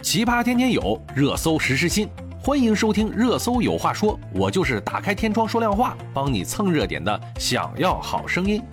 奇葩天天有，热搜时时新。欢迎收听热搜有话说，我就是打开天窗说亮话，帮你蹭热点的想要好声音。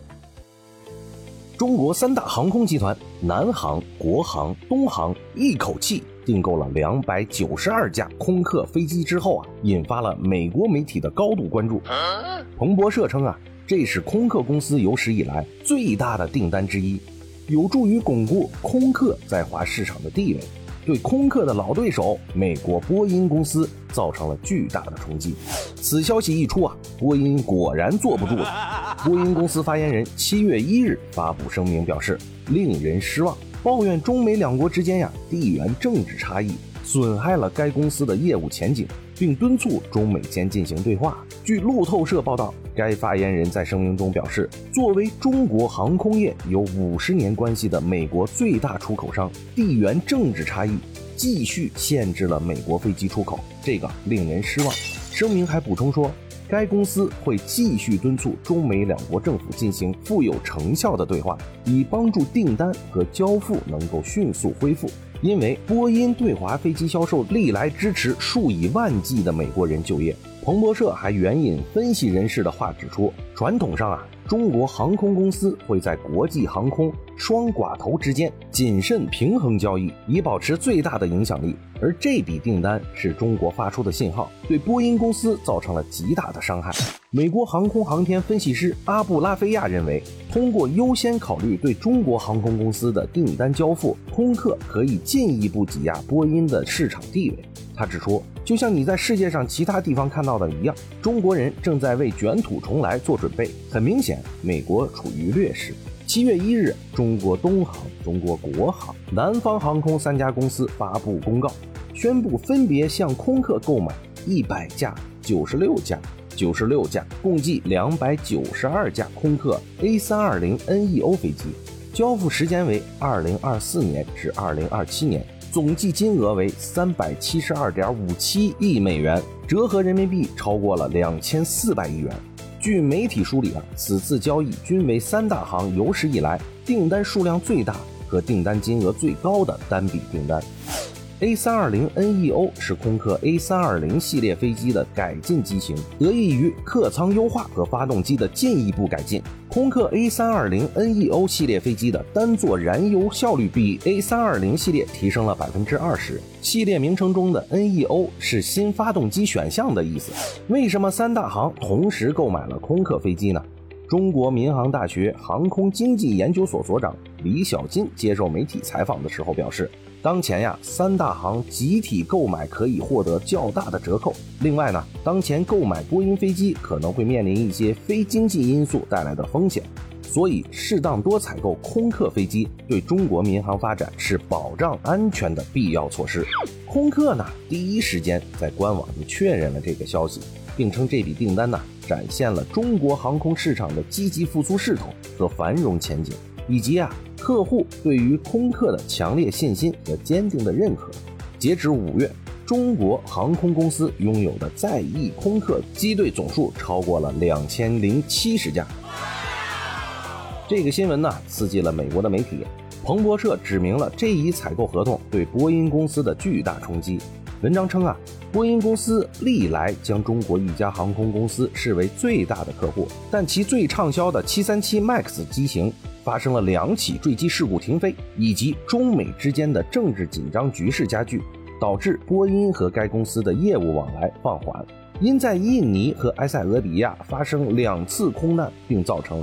中国三大航空集团南航、国航、东航一口气订购了292架空客飞机之后引发了美国媒体的高度关注。彭博社称这是空客公司有史以来最大的订单之一，有助于巩固空客在华市场的地位，对空客的老对手美国波音公司造成了巨大的冲击。此消息一出波音果然坐不住了。波音公司发言人7月1日发布声明表示，令人失望，抱怨中美两国之间地缘政治差异损害了该公司的业务前景，并敦促中美间进行对话。据路透社报道，该发言人在声明中表示，作为中国航空业有50年关系的美国最大出口商，地缘政治差异继续限制了美国飞机出口，这个令人失望。声明还补充说，该公司会继续敦促中美两国政府进行富有成效的对话，以帮助订单和交付能够迅速恢复。因为波音对华飞机销售历来支持数以万计的美国人就业。彭博社还援引分析人士的话指出，传统上中国航空公司会在国际航空双寡头之间谨慎平衡交易，以保持最大的影响力。而这笔订单是中国发出的信号，对波音公司造成了极大的伤害。美国航空航天分析师阿布拉菲亚认为，通过优先考虑对中国航空公司的订单交付，空客可以进一步挤压波音的市场地位。他指出，就像你在世界上其他地方看到的一样，中国人正在为卷土重来做准备。很明显，美国处于劣势。7月1日，中国东航、中国国航、南方航空3家公司发布公告，宣布分别向空客购买100架、96架，共计292架空客 A320neo 飞机，交付时间为2024年至2027年，总计金额为372.57亿美元，折合人民币超过了2400亿元。据媒体梳理此次交易均为三大行有史以来订单数量最大和订单金额最高的单笔订单。A320neo 是空客 A320 系列飞机的改进机型，得益于客舱优化和发动机的进一步改进，空客 A320neo 系列飞机的单座燃油效率比 A320 系列提升了 20%。 系列名称中的 NEO 是新发动机选项的意思。为什么三大行同时购买了空客飞机呢？中国民航大学航空经济研究所所长李小金接受媒体采访的时候表示，当前三大行集体购买可以获得较大的折扣。另外当前购买波音飞机可能会面临一些非经济因素带来的风险，所以适当多采购空客飞机对中国民航发展是保障安全的必要措施。空客第一时间在官网就确认了这个消息，并称这笔订单展现了中国航空市场的积极复苏势头和繁荣前景，以及客户对于空客的强烈信心和坚定的认可。截止5月，中国航空公司拥有的在役空客机队总数超过了2070架。这个新闻刺激了美国的媒体，彭博社指明了这一采购合同对波音公司的巨大冲击。文章称波音公司历来将中国一家航空公司视为最大的客户，但其最畅销的737 MAX 机型发生了2起坠机事故停飞，以及中美之间的政治紧张局势加剧，导致波音和该公司的业务往来放缓。因在印尼和埃塞俄比亚发生2次空难，并造成了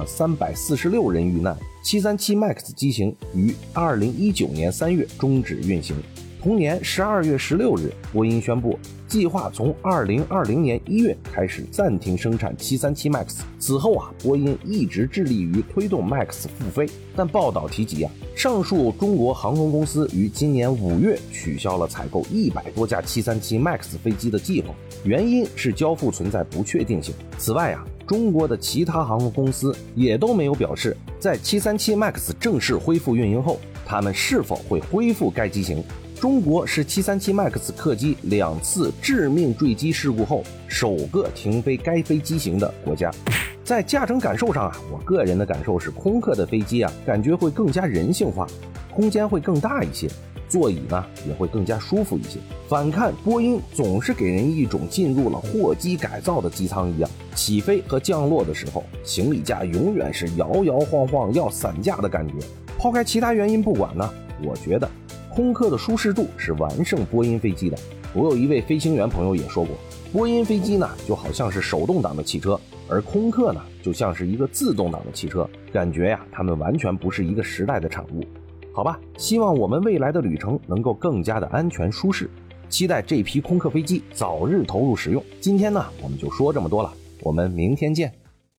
346人遇难。737 MAX 机型于2019年3月终止运行。同年12月16日，波音宣布计划从2020年1月开始暂停生产737 MAX。此后波音一直致力于推动 MAX 复飞，但报道提及上述中国航空公司于今年5月取消了采购100多架737 MAX 飞机的计划，原因是交付存在不确定性。此外中国的其他航空公司也都没有表示，在737 MAX 正式恢复运营后，他们是否会恢复该机型。中国是737 MAX 客机2次致命坠机事故后首个停飞该飞机型的国家。在驾乘感受上我个人的感受是空客的飞机感觉会更加人性化，空间会更大一些。 座椅呢也会更加舒服一些。反看波音总是给人一种进入了货机改造的机舱一样，起飞和降落的时候，行李架永远是摇摇晃晃要散架的感觉。抛开其他原因不管呢，我觉得空客的舒适度是完胜波音飞机的。我有一位飞行员朋友也说过，波音飞机呢就好像是手动挡的汽车，而空客呢就像是一个自动挡的汽车，感觉呀它们完全不是一个时代的产物。好吧，希望我们未来的旅程能够更加的安全舒适，期待这批空客飞机早日投入使用。今天呢我们就说这么多了，我们明天见。